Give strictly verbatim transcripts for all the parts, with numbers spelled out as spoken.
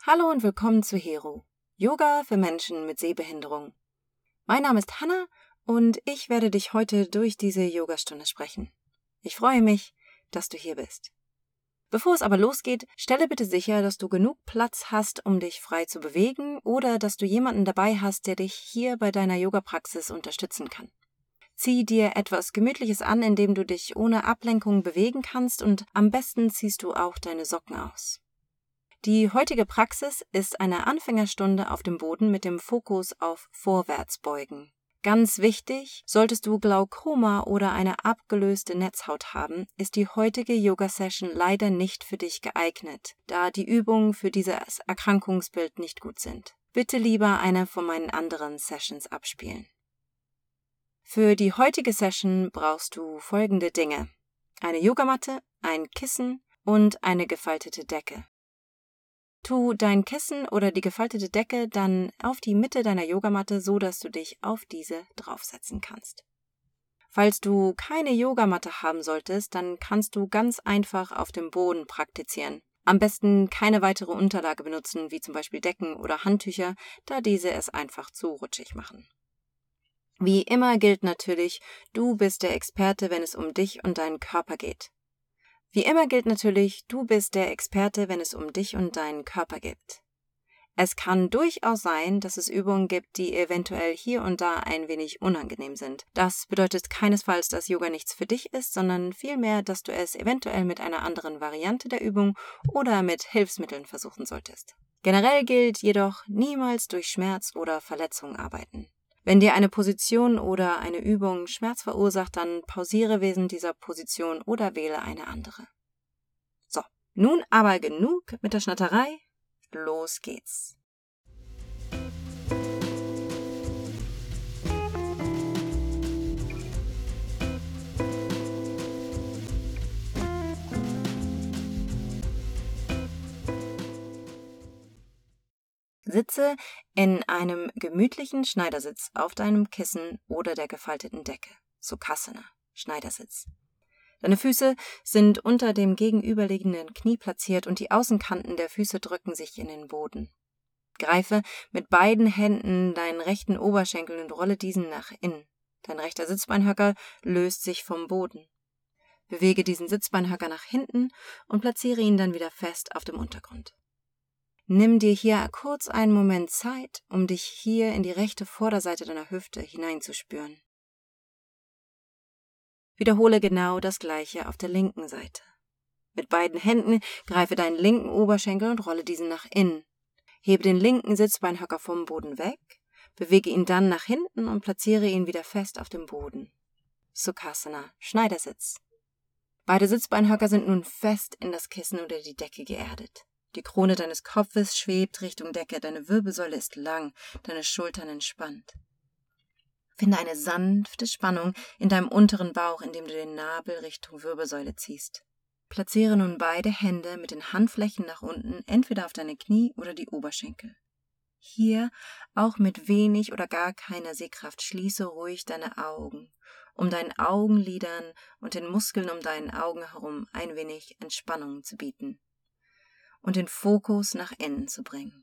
Hallo und willkommen zu Hero, Yoga für Menschen mit Sehbehinderung. Mein Name ist Hannah und ich werde dich heute durch diese Yogastunde sprechen. Ich freue mich, dass du hier bist. Bevor es aber losgeht, stelle bitte sicher, dass du genug Platz hast, um dich frei zu bewegen oder dass du jemanden dabei hast, der dich hier bei deiner Yoga-Praxis unterstützen kann. Zieh dir etwas Gemütliches an, indem du dich ohne Ablenkung bewegen kannst und am besten ziehst du auch deine Socken aus. Die heutige Praxis ist eine Anfängerstunde auf dem Boden mit dem Fokus auf Vorwärtsbeugen. Ganz wichtig, solltest du Glaukoma oder eine abgelöste Netzhaut haben, ist die heutige Yoga-Session leider nicht für dich geeignet, da die Übungen für dieses Erkrankungsbild nicht gut sind. Bitte lieber eine von meinen anderen Sessions abspielen. Für die heutige Session brauchst du folgende Dinge: eine Yogamatte, ein Kissen und eine gefaltete Decke. Tu dein Kissen oder die gefaltete Decke dann auf die Mitte deiner Yogamatte, so dass du dich auf diese draufsetzen kannst. Falls du keine Yogamatte haben solltest, dann kannst du ganz einfach auf dem Boden praktizieren. Am besten keine weitere Unterlage benutzen, wie zum Beispiel Decken oder Handtücher, da diese es einfach zu rutschig machen. Wie immer gilt natürlich, du bist der Experte, wenn es um dich und deinen Körper geht. Wie immer gilt natürlich, du bist der Experte, wenn es um dich und deinen Körper geht. Es kann durchaus sein, dass es Übungen gibt, die eventuell hier und da ein wenig unangenehm sind. Das bedeutet keinesfalls, dass Yoga nichts für dich ist, sondern vielmehr, dass du es eventuell mit einer anderen Variante der Übung oder mit Hilfsmitteln versuchen solltest. Generell gilt jedoch, niemals durch Schmerz oder Verletzung arbeiten. Wenn dir eine Position oder eine Übung Schmerz verursacht, dann pausiere während dieser Position oder wähle eine andere. So, nun aber genug mit der Schnatterei. Los geht's. Sitze in einem gemütlichen Schneidersitz auf deinem Kissen oder der gefalteten Decke, Sukhasana, Schneidersitz. Deine Füße sind unter dem gegenüberliegenden Knie platziert und die Außenkanten der Füße drücken sich in den Boden. Greife mit beiden Händen deinen rechten Oberschenkel und rolle diesen nach innen. Dein rechter Sitzbeinhöcker löst sich vom Boden. Bewege diesen Sitzbeinhöcker nach hinten und platziere ihn dann wieder fest auf dem Untergrund. Nimm dir hier kurz einen Moment Zeit, um dich hier in die rechte Vorderseite deiner Hüfte hineinzuspüren. Wiederhole genau das Gleiche auf der linken Seite. Mit beiden Händen greife deinen linken Oberschenkel und rolle diesen nach innen. Hebe den linken Sitzbeinhöcker vom Boden weg, bewege ihn dann nach hinten und platziere ihn wieder fest auf dem Boden. Sukhasana, Schneidersitz. Beide Sitzbeinhöcker sind nun fest in das Kissen oder die Decke geerdet. Die Krone deines Kopfes schwebt Richtung Decke, deine Wirbelsäule ist lang, deine Schultern entspannt. Finde eine sanfte Spannung in deinem unteren Bauch, indem du den Nabel Richtung Wirbelsäule ziehst. Platziere nun beide Hände mit den Handflächen nach unten, entweder auf deine Knie oder die Oberschenkel. Hier, auch mit wenig oder gar keiner Sehkraft, schließe ruhig deine Augen, um deinen Augenlidern und den Muskeln um deinen Augen herum ein wenig Entspannung zu bieten und den Fokus nach innen zu bringen.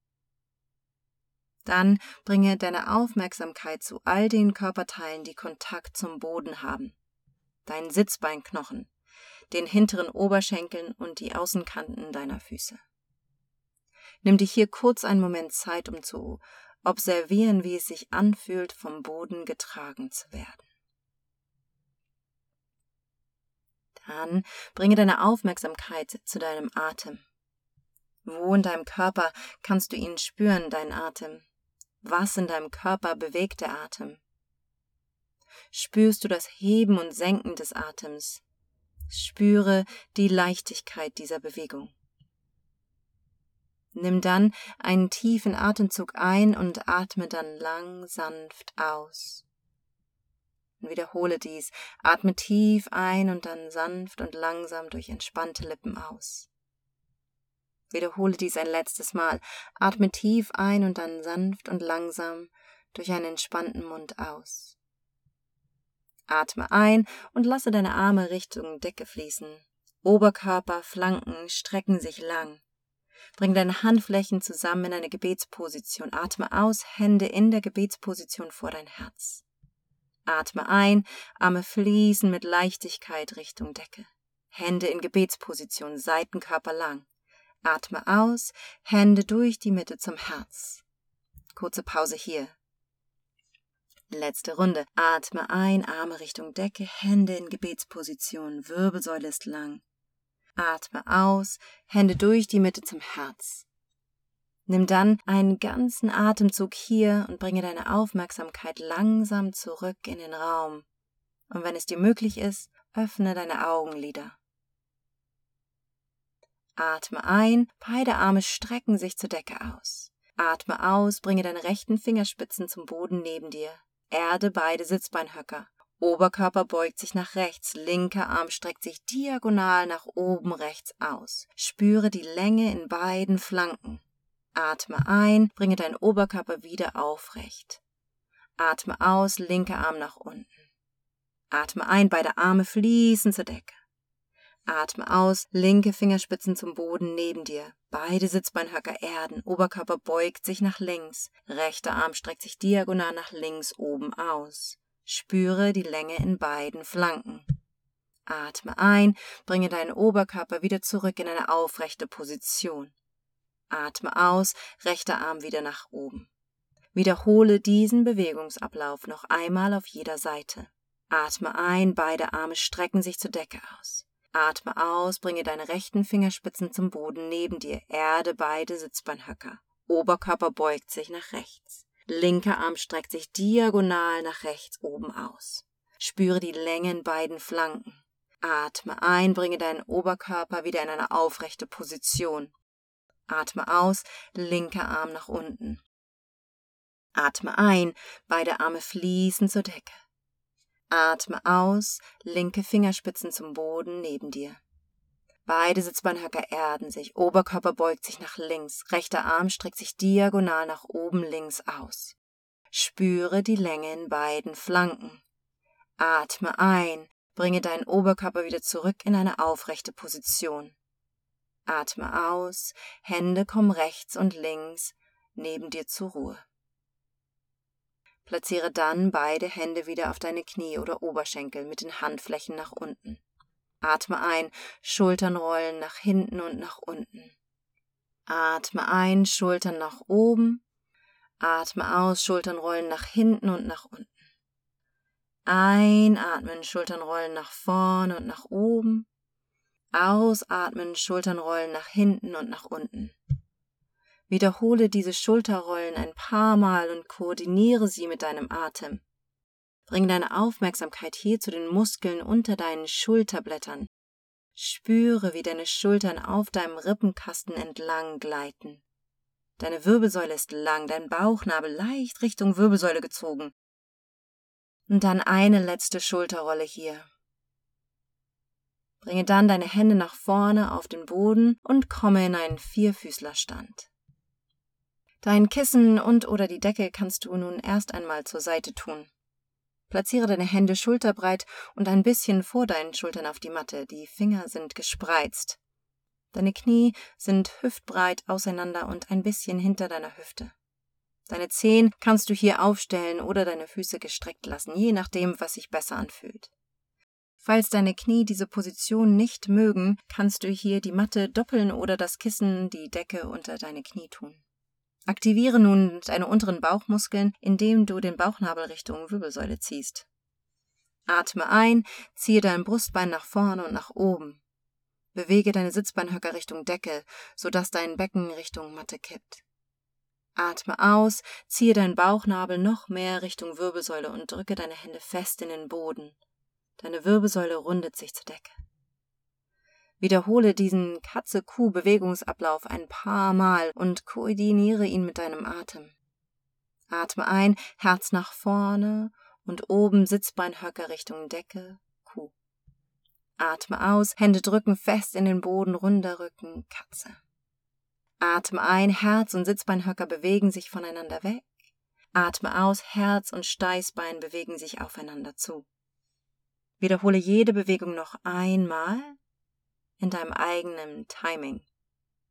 Dann bringe deine Aufmerksamkeit zu all den Körperteilen, die Kontakt zum Boden haben. Deinen Sitzbeinknochen, den hinteren Oberschenkeln und die Außenkanten deiner Füße. Nimm dich hier kurz einen Moment Zeit, um zu observieren, wie es sich anfühlt, vom Boden getragen zu werden. Dann bringe deine Aufmerksamkeit zu deinem Atem. Wo in deinem Körper kannst du ihn spüren, deinen Atem? Was in deinem Körper bewegt der Atem? Spürst du das Heben und Senken des Atems? Spüre die Leichtigkeit dieser Bewegung. Nimm dann einen tiefen Atemzug ein und atme dann lang sanft aus. Und wiederhole dies. Atme tief ein und dann sanft und langsam durch entspannte Lippen aus. Wiederhole dies ein letztes Mal. Atme tief ein und dann sanft und langsam durch einen entspannten Mund aus. Atme ein und lasse deine Arme Richtung Decke fließen. Oberkörper, Flanken strecken sich lang. Bring deine Handflächen zusammen in eine Gebetsposition. Atme aus, Hände in der Gebetsposition vor dein Herz. Atme ein, Arme fließen mit Leichtigkeit Richtung Decke. Hände in Gebetsposition, Seitenkörper lang. Atme aus, Hände durch die Mitte zum Herz. Kurze Pause hier. Letzte Runde. Atme ein, Arme Richtung Decke, Hände in Gebetsposition, Wirbelsäule ist lang. Atme aus, Hände durch die Mitte zum Herz. Nimm dann einen ganzen Atemzug hier und bringe deine Aufmerksamkeit langsam zurück in den Raum. Und wenn es dir möglich ist, öffne deine Augenlider. Atme ein, beide Arme strecken sich zur Decke aus. Atme aus, bringe deine rechten Fingerspitzen zum Boden neben dir. Erde beide Sitzbeinhöcker. Oberkörper beugt sich nach rechts, linker Arm streckt sich diagonal nach oben rechts aus. Spüre die Länge in beiden Flanken. Atme ein, bringe deinen Oberkörper wieder aufrecht. Atme aus, linker Arm nach unten. Atme ein, beide Arme fließen zur Decke. Atme aus, linke Fingerspitzen zum Boden neben dir. Beide Sitzbeinhöcker erden, Oberkörper beugt sich nach links. Rechter Arm streckt sich diagonal nach links oben aus. Spüre die Länge in beiden Flanken. Atme ein, bringe deinen Oberkörper wieder zurück in eine aufrechte Position. Atme aus, rechter Arm wieder nach oben. Wiederhole diesen Bewegungsablauf noch einmal auf jeder Seite. Atme ein, beide Arme strecken sich zur Decke aus. Atme aus, bringe deine rechten Fingerspitzen zum Boden neben dir, erde beide Sitzbeinhöcker. Oberkörper beugt sich nach rechts. Linker Arm streckt sich diagonal nach rechts oben aus. Spüre die Länge in beiden Flanken. Atme ein, bringe deinen Oberkörper wieder in eine aufrechte Position. Atme aus, linker Arm nach unten. Atme ein, beide Arme fließen zur Decke. Atme aus, linke Fingerspitzen zum Boden neben dir. Beide Sitzbeinhöcker erden sich, Oberkörper beugt sich nach links, rechter Arm streckt sich diagonal nach oben links aus. Spüre die Länge in beiden Flanken. Atme ein, bringe deinen Oberkörper wieder zurück in eine aufrechte Position. Atme aus, Hände kommen rechts und links neben dir zur Ruhe. Platziere dann beide Hände wieder auf deine Knie oder Oberschenkel mit den Handflächen nach unten. Atme ein, Schultern rollen nach hinten und nach unten. Atme ein, Schultern nach oben. Atme aus, Schultern rollen nach hinten und nach unten. Einatmen, Schultern rollen nach vorne und nach oben. Ausatmen, Schultern rollen nach hinten und nach unten. Wiederhole diese Schulterrollen ein paar Mal und koordiniere sie mit deinem Atem. Bring deine Aufmerksamkeit hier zu den Muskeln unter deinen Schulterblättern. Spüre, wie deine Schultern auf deinem Rippenkasten entlang gleiten. Deine Wirbelsäule ist lang, dein Bauchnabel leicht Richtung Wirbelsäule gezogen. Und dann eine letzte Schulterrolle hier. Bringe dann deine Hände nach vorne auf den Boden und komme in einen Vierfüßlerstand. Dein Kissen und oder die Decke kannst du nun erst einmal zur Seite tun. Platziere deine Hände schulterbreit und ein bisschen vor deinen Schultern auf die Matte. Die Finger sind gespreizt. Deine Knie sind hüftbreit auseinander und ein bisschen hinter deiner Hüfte. Deine Zehen kannst du hier aufstellen oder deine Füße gestreckt lassen, je nachdem, was sich besser anfühlt. Falls deine Knie diese Position nicht mögen, kannst du hier die Matte doppeln oder das Kissen, die Decke unter deine Knie tun. Aktiviere nun deine unteren Bauchmuskeln, indem du den Bauchnabel Richtung Wirbelsäule ziehst. Atme ein, ziehe dein Brustbein nach vorne und nach oben. Bewege deine Sitzbeinhöcker Richtung Decke, sodass dein Becken Richtung Matte kippt. Atme aus, ziehe deinen Bauchnabel noch mehr Richtung Wirbelsäule und drücke deine Hände fest in den Boden. Deine Wirbelsäule rundet sich zur Decke. Wiederhole diesen Katze-Kuh-Bewegungsablauf ein paar Mal und koordiniere ihn mit deinem Atem. Atme ein, Herz nach vorne und oben Sitzbeinhöcker Richtung Decke, Kuh. Atme aus, Hände drücken fest in den Boden, runder Rücken, Katze. Atme ein, Herz und Sitzbeinhöcker bewegen sich voneinander weg. Atme aus, Herz und Steißbein bewegen sich aufeinander zu. Wiederhole jede Bewegung noch einmal in deinem eigenen Timing.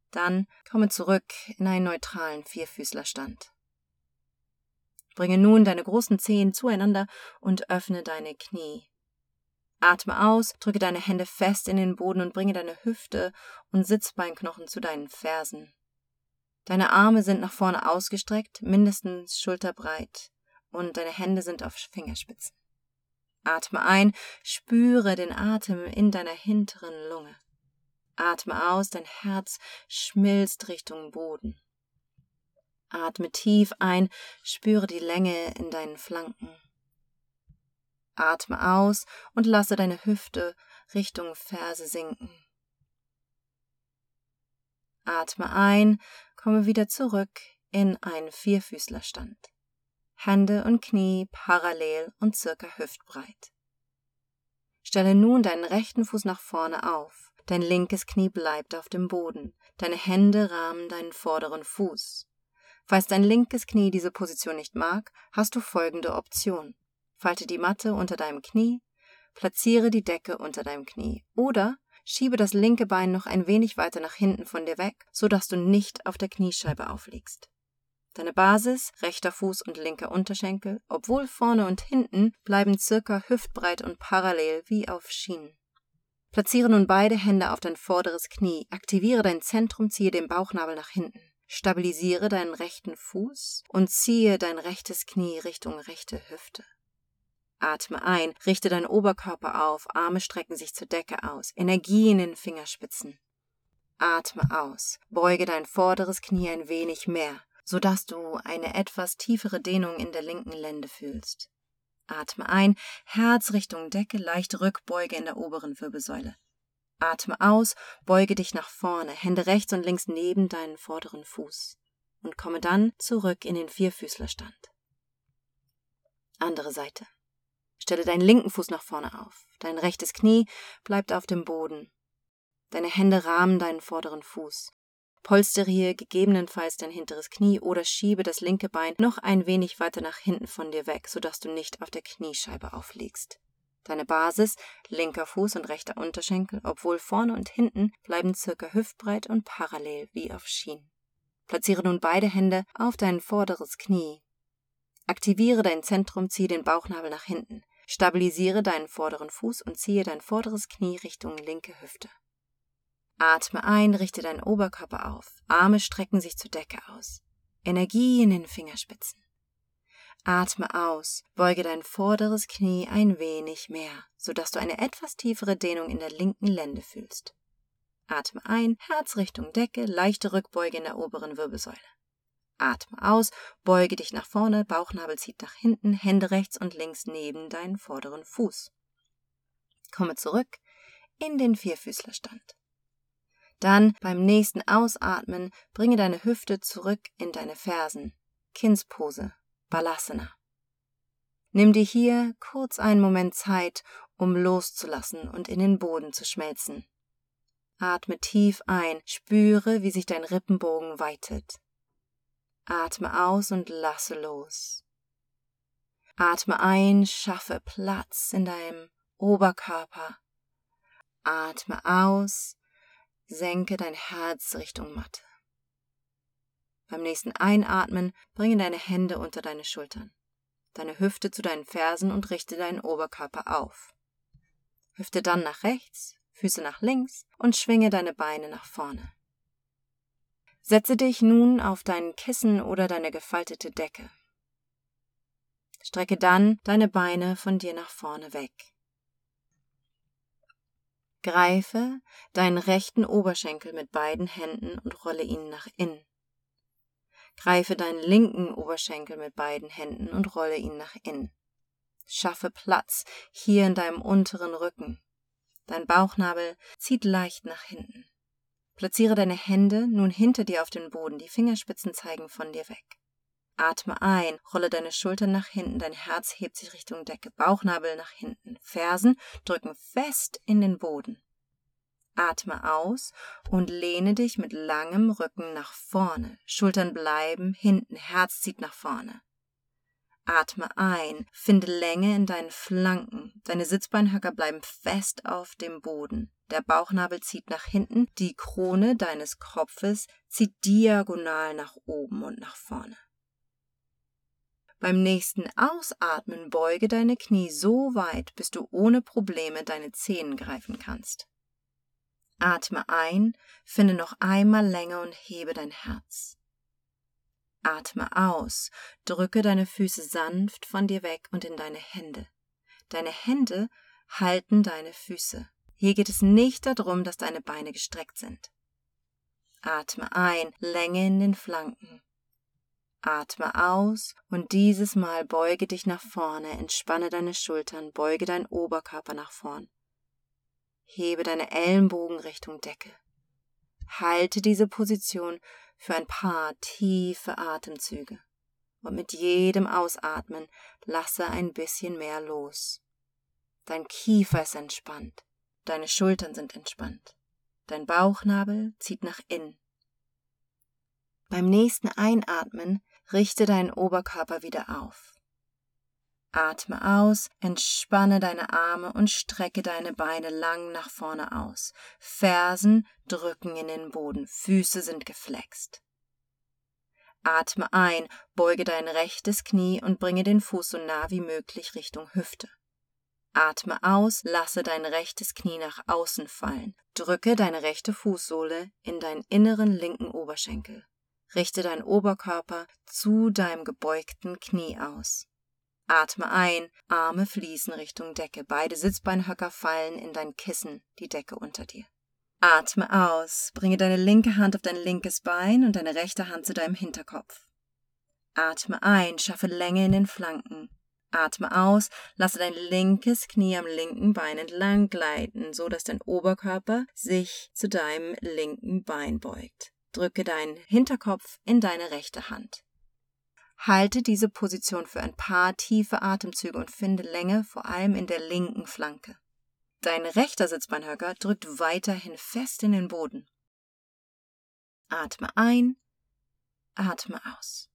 Dann komme zurück in einen neutralen Vierfüßlerstand. Bringe nun deine großen Zehen zueinander und öffne deine Knie. Atme aus, drücke deine Hände fest in den Boden und bringe deine Hüfte und Sitzbeinknochen zu deinen Fersen. Deine Arme sind nach vorne ausgestreckt, mindestens schulterbreit, und deine Hände sind auf Fingerspitzen. Atme ein, spüre den Atem in deiner hinteren Lunge. Atme aus, dein Herz schmilzt Richtung Boden. Atme tief ein, spüre die Länge in deinen Flanken. Atme aus und lasse deine Hüfte Richtung Ferse sinken. Atme ein, komme wieder zurück in einen Vierfüßlerstand. Hände und Knie parallel und circa hüftbreit. Stelle nun deinen rechten Fuß nach vorne auf. Dein linkes Knie bleibt auf dem Boden. Deine Hände rahmen deinen vorderen Fuß. Falls dein linkes Knie diese Position nicht mag, hast du folgende Option. Falte die Matte unter deinem Knie, platziere die Decke unter deinem Knie oder schiebe das linke Bein noch ein wenig weiter nach hinten von dir weg, sodass du nicht auf der Kniescheibe aufliegst. Deine Basis, rechter Fuß und linker Unterschenkel, obwohl vorne und hinten, bleiben circa hüftbreit und parallel wie auf Schienen. Platziere nun beide Hände auf dein vorderes Knie, aktiviere dein Zentrum, ziehe den Bauchnabel nach hinten. Stabilisiere deinen rechten Fuß und ziehe dein rechtes Knie Richtung rechte Hüfte. Atme ein, richte deinen Oberkörper auf, Arme strecken sich zur Decke aus, Energie in den Fingerspitzen. Atme aus, beuge dein vorderes Knie ein wenig mehr, sodass du eine etwas tiefere Dehnung in der linken Lende fühlst. Atme ein, Herz Richtung Decke, leichte Rückbeuge in der oberen Wirbelsäule. Atme aus, beuge dich nach vorne, Hände rechts und links neben deinen vorderen Fuß und komme dann zurück in den Vierfüßlerstand. Andere Seite. Stelle deinen linken Fuß nach vorne auf. Dein rechtes Knie bleibt auf dem Boden. Deine Hände rahmen deinen vorderen Fuß. Polstere hier gegebenenfalls dein hinteres Knie oder schiebe das linke Bein noch ein wenig weiter nach hinten von dir weg, sodass du nicht auf der Kniescheibe aufliegst. Deine Basis, linker Fuß und rechter Unterschenkel, obwohl vorne und hinten, bleiben circa hüftbreit und parallel wie auf Schienen. Platziere nun beide Hände auf dein vorderes Knie. Aktiviere dein Zentrum, ziehe den Bauchnabel nach hinten. Stabilisiere deinen vorderen Fuß und ziehe dein vorderes Knie Richtung linke Hüfte. Atme ein, richte deinen Oberkörper auf. Arme strecken sich zur Decke aus. Energie in den Fingerspitzen. Atme aus, beuge dein vorderes Knie ein wenig mehr, sodass du eine etwas tiefere Dehnung in der linken Lende fühlst. Atme ein, Herz Richtung Decke, leichte Rückbeuge in der oberen Wirbelsäule. Atme aus, beuge dich nach vorne, Bauchnabel zieht nach hinten, Hände rechts und links neben deinen vorderen Fuß. Komme zurück in den Vierfüßlerstand. Dann beim nächsten Ausatmen bringe deine Hüfte zurück in deine Fersen, Kindspose, Balasana. Nimm dir hier kurz einen Moment Zeit, um loszulassen und in den Boden zu schmelzen. Atme tief ein, spüre, wie sich dein Rippenbogen weitet. Atme aus und lasse los. Atme ein, schaffe Platz in deinem Oberkörper. Atme aus, senke dein Herz Richtung Matte. Beim nächsten Einatmen bringe deine Hände unter deine Schultern, deine Hüfte zu deinen Fersen und richte deinen Oberkörper auf. Hüfte dann nach rechts, Füße nach links und schwinge deine Beine nach vorne. Setze dich nun auf dein Kissen oder deine gefaltete Decke. Strecke dann deine Beine von dir nach vorne weg. Greife deinen rechten Oberschenkel mit beiden Händen und rolle ihn nach innen. Greife deinen linken Oberschenkel mit beiden Händen und rolle ihn nach innen. Schaffe Platz hier in deinem unteren Rücken. Dein Bauchnabel zieht leicht nach hinten. Platziere deine Hände nun hinter dir auf den Boden, die Fingerspitzen zeigen von dir weg. Atme ein, rolle deine Schultern nach hinten, dein Herz hebt sich Richtung Decke, Bauchnabel nach hinten, Fersen drücken fest in den Boden. Atme aus und lehne dich mit langem Rücken nach vorne, Schultern bleiben hinten, Herz zieht nach vorne. Atme ein, finde Länge in deinen Flanken, deine Sitzbeinhöcker bleiben fest auf dem Boden. Der Bauchnabel zieht nach hinten, die Krone deines Kopfes zieht diagonal nach oben und nach vorne. Beim nächsten Ausatmen beuge deine Knie so weit, bis du ohne Probleme deine Zehen greifen kannst. Atme ein, finde noch einmal Länge und hebe dein Herz. Atme aus, drücke deine Füße sanft von dir weg und in deine Hände. Deine Hände halten deine Füße. Hier geht es nicht darum, dass deine Beine gestreckt sind. Atme ein, Länge in den Flanken. Atme aus und dieses Mal beuge dich nach vorne, entspanne deine Schultern, beuge deinen Oberkörper nach vorn. Hebe deine Ellenbogen Richtung Decke. Halte diese Position für ein paar tiefe Atemzüge und mit jedem Ausatmen lasse ein bisschen mehr los. Dein Kiefer ist entspannt, deine Schultern sind entspannt, dein Bauchnabel zieht nach innen. Beim nächsten Einatmen richte deinen Oberkörper wieder auf. Atme aus, entspanne deine Arme und strecke deine Beine lang nach vorne aus. Fersen drücken in den Boden, Füße sind geflext. Atme ein, beuge dein rechtes Knie und bringe den Fuß so nah wie möglich Richtung Hüfte. Atme aus, lasse dein rechtes Knie nach außen fallen. Drücke deine rechte Fußsohle in deinen inneren linken Oberschenkel. Richte deinen Oberkörper zu deinem gebeugten Knie aus. Atme ein, Arme fließen Richtung Decke, beide Sitzbeinhöcker fallen in dein Kissen, die Decke unter dir. Atme aus, bringe deine linke Hand auf dein linkes Bein und deine rechte Hand zu deinem Hinterkopf. Atme ein, schaffe Länge in den Flanken. Atme aus, lasse dein linkes Knie am linken Bein entlang gleiten, so dass dein Oberkörper sich zu deinem linken Bein beugt. Drücke deinen Hinterkopf in deine rechte Hand. Halte diese Position für ein paar tiefe Atemzüge und finde Länge vor allem in der linken Flanke. Dein rechter Sitzbeinhöcker drückt weiterhin fest in den Boden. Atme ein, atme aus.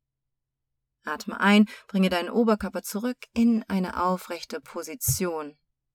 Atme ein, bringe deinen Oberkörper zurück in eine aufrechte Position.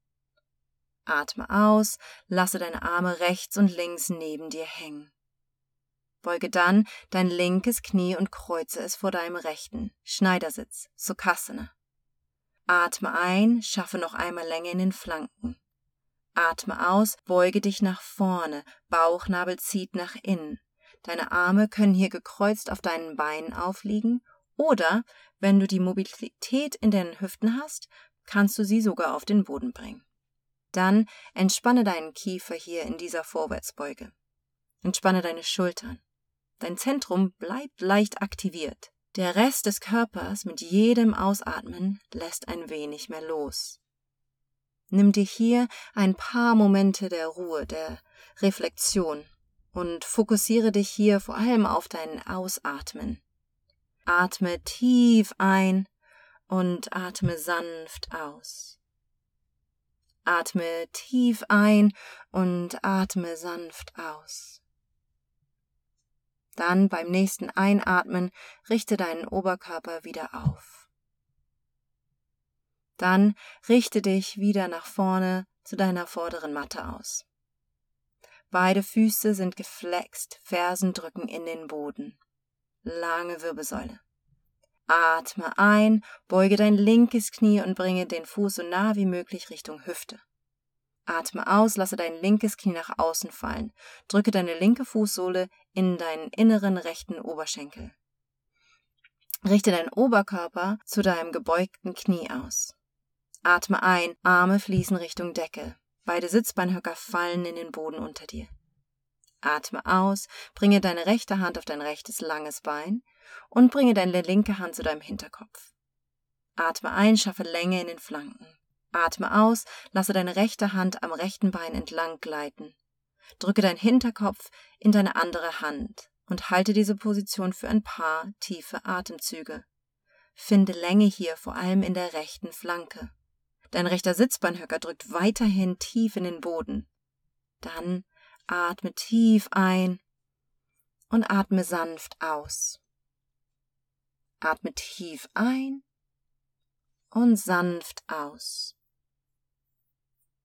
Atme aus, lasse deine Arme rechts und links neben dir hängen. Beuge dann dein linkes Knie und kreuze es vor deinem rechten, Schneidersitz, Sukhasana. Atme ein, schaffe noch einmal Länge in den Flanken. Atme aus, beuge dich nach vorne, Bauchnabel zieht nach innen. Deine Arme können hier gekreuzt auf deinen Beinen aufliegen oder, wenn du die Mobilität in den Hüften hast, kannst du sie sogar auf den Boden bringen. Dann entspanne deinen Kiefer hier in dieser Vorwärtsbeuge. Entspanne deine Schultern. Dein Zentrum bleibt leicht aktiviert. Der Rest des Körpers mit jedem Ausatmen lässt ein wenig mehr los. Nimm dir hier ein paar Momente der Ruhe, der Reflexion und fokussiere dich hier vor allem auf dein Ausatmen. Atme tief ein und atme sanft aus. Atme tief ein und atme sanft aus. Dann beim nächsten Einatmen richte deinen Oberkörper wieder auf. Dann richte dich wieder nach vorne zu deiner vorderen Matte aus. Beide Füße sind geflext, Fersen drücken in den Boden. Lange Wirbelsäule. Atme ein, beuge dein linkes Knie und bringe den Fuß so nah wie möglich Richtung Hüfte. Atme aus, lasse dein linkes Knie nach außen fallen. Drücke deine linke Fußsohle in deinen inneren rechten Oberschenkel. Richte deinen Oberkörper zu deinem gebeugten Knie aus. Atme ein, Arme fließen Richtung Decke. Beide Sitzbeinhöcker fallen in den Boden unter dir. Atme aus, bringe deine rechte Hand auf dein rechtes langes Bein und bringe deine linke Hand zu deinem Hinterkopf. Atme ein, schaffe Länge in den Flanken. Atme aus, lasse deine rechte Hand am rechten Bein entlang gleiten. Drücke deinen Hinterkopf in deine andere Hand und halte diese Position für ein paar tiefe Atemzüge. Finde Länge hier, vor allem in der rechten Flanke. Dein rechter Sitzbeinhöcker drückt weiterhin tief in den Boden. Dann atme tief ein und atme sanft aus. Atme tief ein und sanft aus.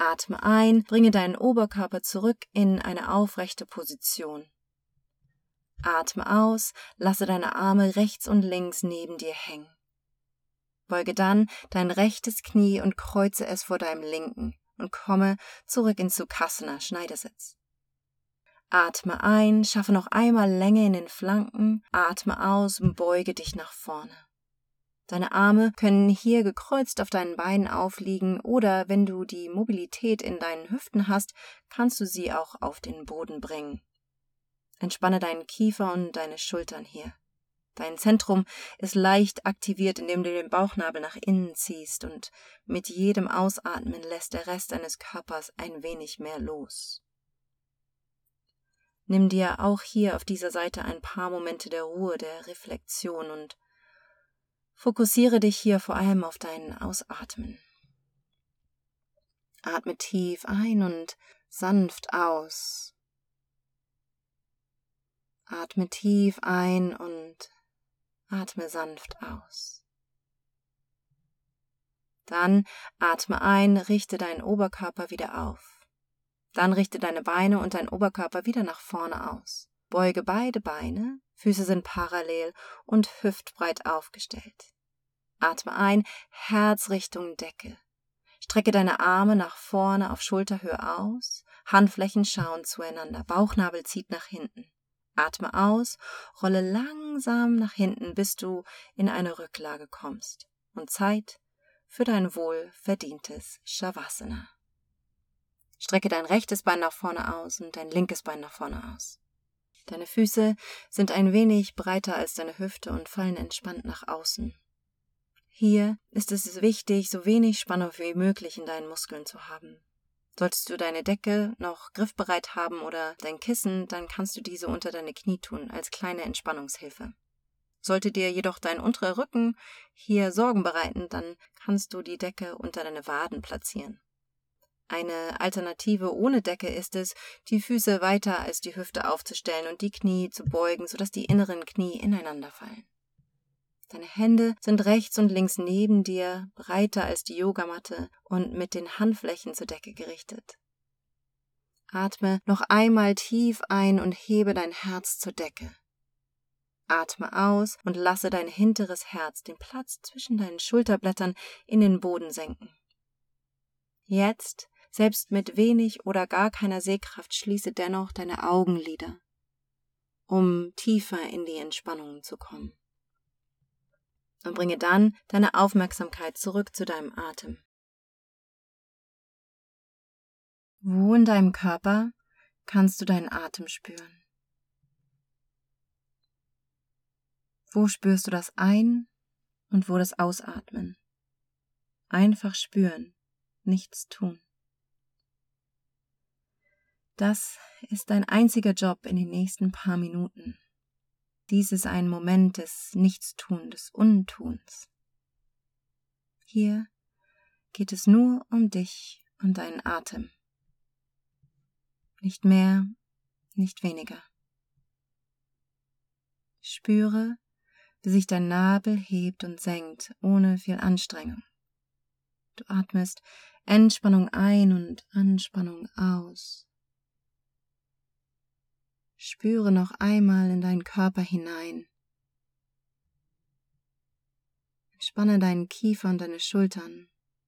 Atme ein, bringe deinen Oberkörper zurück in eine aufrechte Position. Atme aus, lasse deine Arme rechts und links neben dir hängen. Beuge dann dein rechtes Knie und kreuze es vor deinem linken und komme zurück in Sukhasana, Schneidersitz. Atme ein, schaffe noch einmal Länge in den Flanken, atme aus und beuge dich nach vorne. Deine Arme können hier gekreuzt auf deinen Beinen aufliegen oder wenn du die Mobilität in deinen Hüften hast, kannst du sie auch auf den Boden bringen. Entspanne deinen Kiefer und deine Schultern hier. Dein Zentrum ist leicht aktiviert, indem du den Bauchnabel nach innen ziehst und mit jedem Ausatmen lässt der Rest deines Körpers ein wenig mehr los. Nimm dir auch hier auf dieser Seite ein paar Momente der Ruhe, der Reflexion und fokussiere dich hier vor allem auf dein Ausatmen. Atme tief ein und sanft aus. Atme tief ein und atme sanft aus. Dann atme ein, richte deinen Oberkörper wieder auf. Dann richte deine Beine und dein Oberkörper wieder nach vorne aus. Beuge beide Beine, Füße sind parallel und hüftbreit aufgestellt. Atme ein, Herz Richtung Decke. Strecke deine Arme nach vorne auf Schulterhöhe aus, Handflächen schauen zueinander, Bauchnabel zieht nach hinten. Atme aus, rolle langsam nach hinten, bis du in eine Rücklage kommst. Und Zeit für dein wohlverdientes Shavasana. Strecke dein rechtes Bein nach vorne aus und dein linkes Bein nach vorne aus. Deine Füße sind ein wenig breiter als deine Hüfte und fallen entspannt nach außen. Hier ist es wichtig, so wenig Spannung wie möglich in deinen Muskeln zu haben. Solltest du deine Decke noch griffbereit haben oder dein Kissen, dann kannst du diese unter deine Knie tun, als kleine Entspannungshilfe. Sollte dir jedoch dein unterer Rücken hier Sorgen bereiten, dann kannst du die Decke unter deine Waden platzieren. Eine Alternative ohne Decke ist es, die Füße weiter als die Hüfte aufzustellen und die Knie zu beugen, sodass die inneren Knie ineinander fallen. Deine Hände sind rechts und links neben dir, breiter als die Yogamatte und mit den Handflächen zur Decke gerichtet. Atme noch einmal tief ein und hebe dein Herz zur Decke. Atme aus und lasse dein hinteres Herz den Platz zwischen deinen Schulterblättern in den Boden senken. Jetzt, selbst mit wenig oder gar keiner Sehkraft, schließe dennoch deine Augenlider, um tiefer in die Entspannung zu kommen. Und bringe dann deine Aufmerksamkeit zurück zu deinem Atem. Wo in deinem Körper kannst du deinen Atem spüren? Wo spürst du das Ein- und wo das Ausatmen? Einfach spüren, nichts tun. Das ist dein einziger Job in den nächsten paar Minuten. Dies ist ein Moment des Nichtstun, des Untuns. Hier geht es nur um dich und deinen Atem. Nicht mehr, nicht weniger. Spüre, wie sich dein Nabel hebt und senkt, ohne viel Anstrengung. Du atmest Entspannung ein und Anspannung aus. Spüre noch einmal in deinen Körper hinein. Entspanne deinen Kiefer und deine Schultern.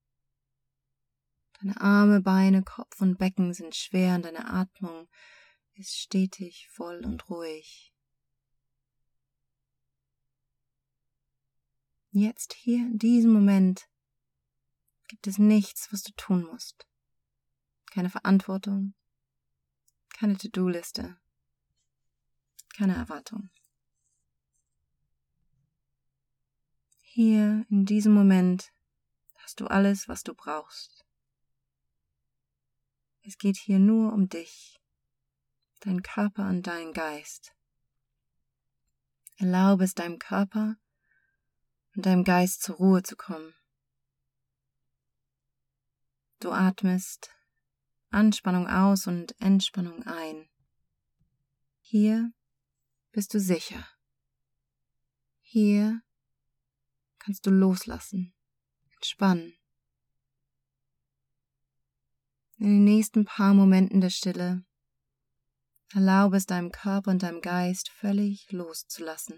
Deine Arme, Beine, Kopf und Becken sind schwer und deine Atmung ist stetig, voll und ruhig. Jetzt hier in diesem Moment gibt es nichts, was du tun musst. Keine Verantwortung, keine To-Do-Liste. Keine Erwartung. Hier, in diesem Moment, hast du alles, was du brauchst. Es geht hier nur um dich, deinen Körper und deinen Geist. Erlaube es deinem Körper und deinem Geist zur Ruhe zu kommen. Du atmest Anspannung aus und Entspannung ein. Hier bist du sicher. Hier kannst du loslassen, entspannen. In den nächsten paar Momenten der Stille erlaube es deinem Körper und deinem Geist völlig loszulassen.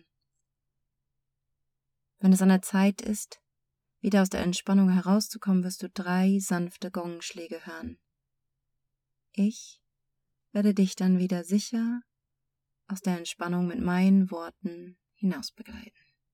Wenn es an der Zeit ist, wieder aus der Entspannung herauszukommen, wirst du drei sanfte Gongschläge hören. Ich werde dich dann wieder sicher aus der Entspannung mit meinen Worten hinaus begleiten.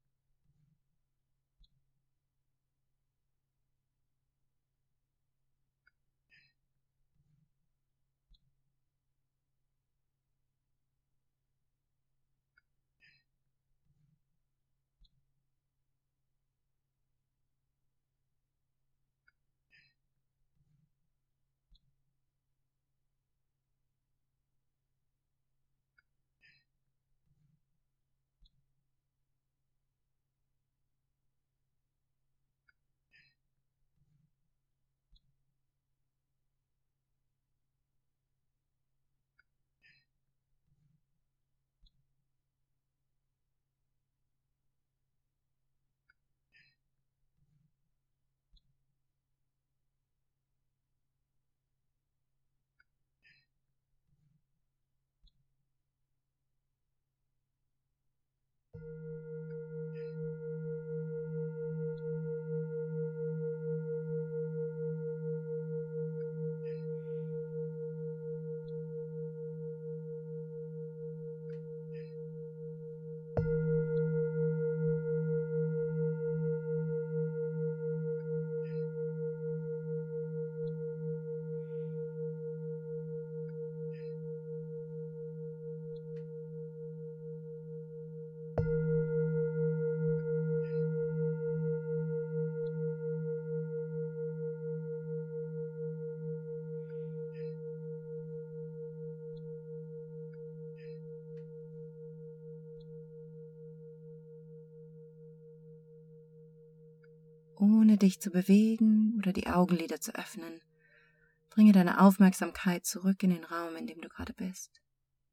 Ohne dich zu bewegen oder die Augenlider zu öffnen, bringe deine Aufmerksamkeit zurück in den Raum, in dem du gerade bist.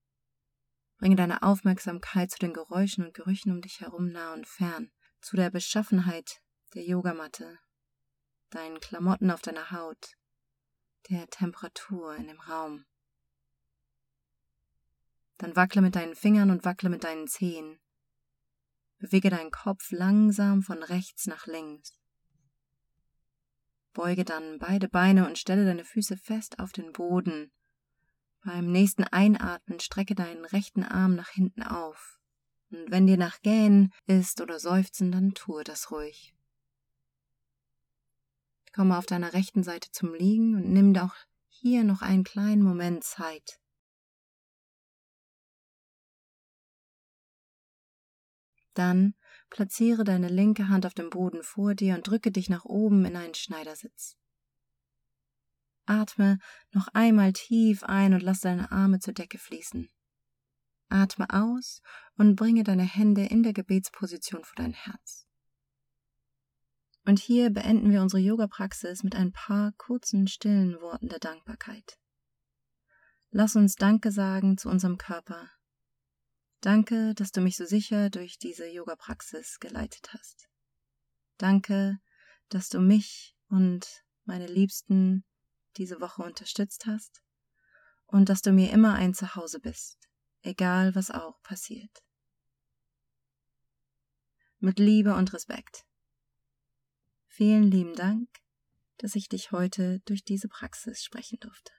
Bringe deine Aufmerksamkeit zu den Geräuschen und Gerüchen um dich herum, nah und fern, zu der Beschaffenheit der Yogamatte, deinen Klamotten auf deiner Haut, der Temperatur in dem Raum. Dann wackle mit deinen Fingern und wackle mit deinen Zehen. Bewege deinen Kopf langsam von rechts nach links. Beuge dann beide Beine und stelle deine Füße fest auf den Boden. Beim nächsten Einatmen strecke deinen rechten Arm nach hinten auf. Und wenn dir nach Gähnen ist oder Seufzen, dann tue das ruhig. Komme auf deiner rechten Seite zum Liegen und nimm auch hier noch einen kleinen Moment Zeit. Dann platziere deine linke Hand auf dem Boden vor dir und drücke dich nach oben in einen Schneidersitz. Atme noch einmal tief ein und lass deine Arme zur Decke fließen. Atme aus und bringe deine Hände in der Gebetsposition vor dein Herz. Und hier beenden wir unsere Yoga-Praxis mit ein paar kurzen, stillen Worten der Dankbarkeit. Lass uns Danke sagen zu unserem Körper. Danke, dass du mich so sicher durch diese Yoga-Praxis geleitet hast. Danke, dass du mich und meine Liebsten diese Woche unterstützt hast und dass du mir immer ein Zuhause bist, egal was auch passiert. Mit Liebe und Respekt. Vielen lieben Dank, dass ich dich heute durch diese Praxis sprechen durfte.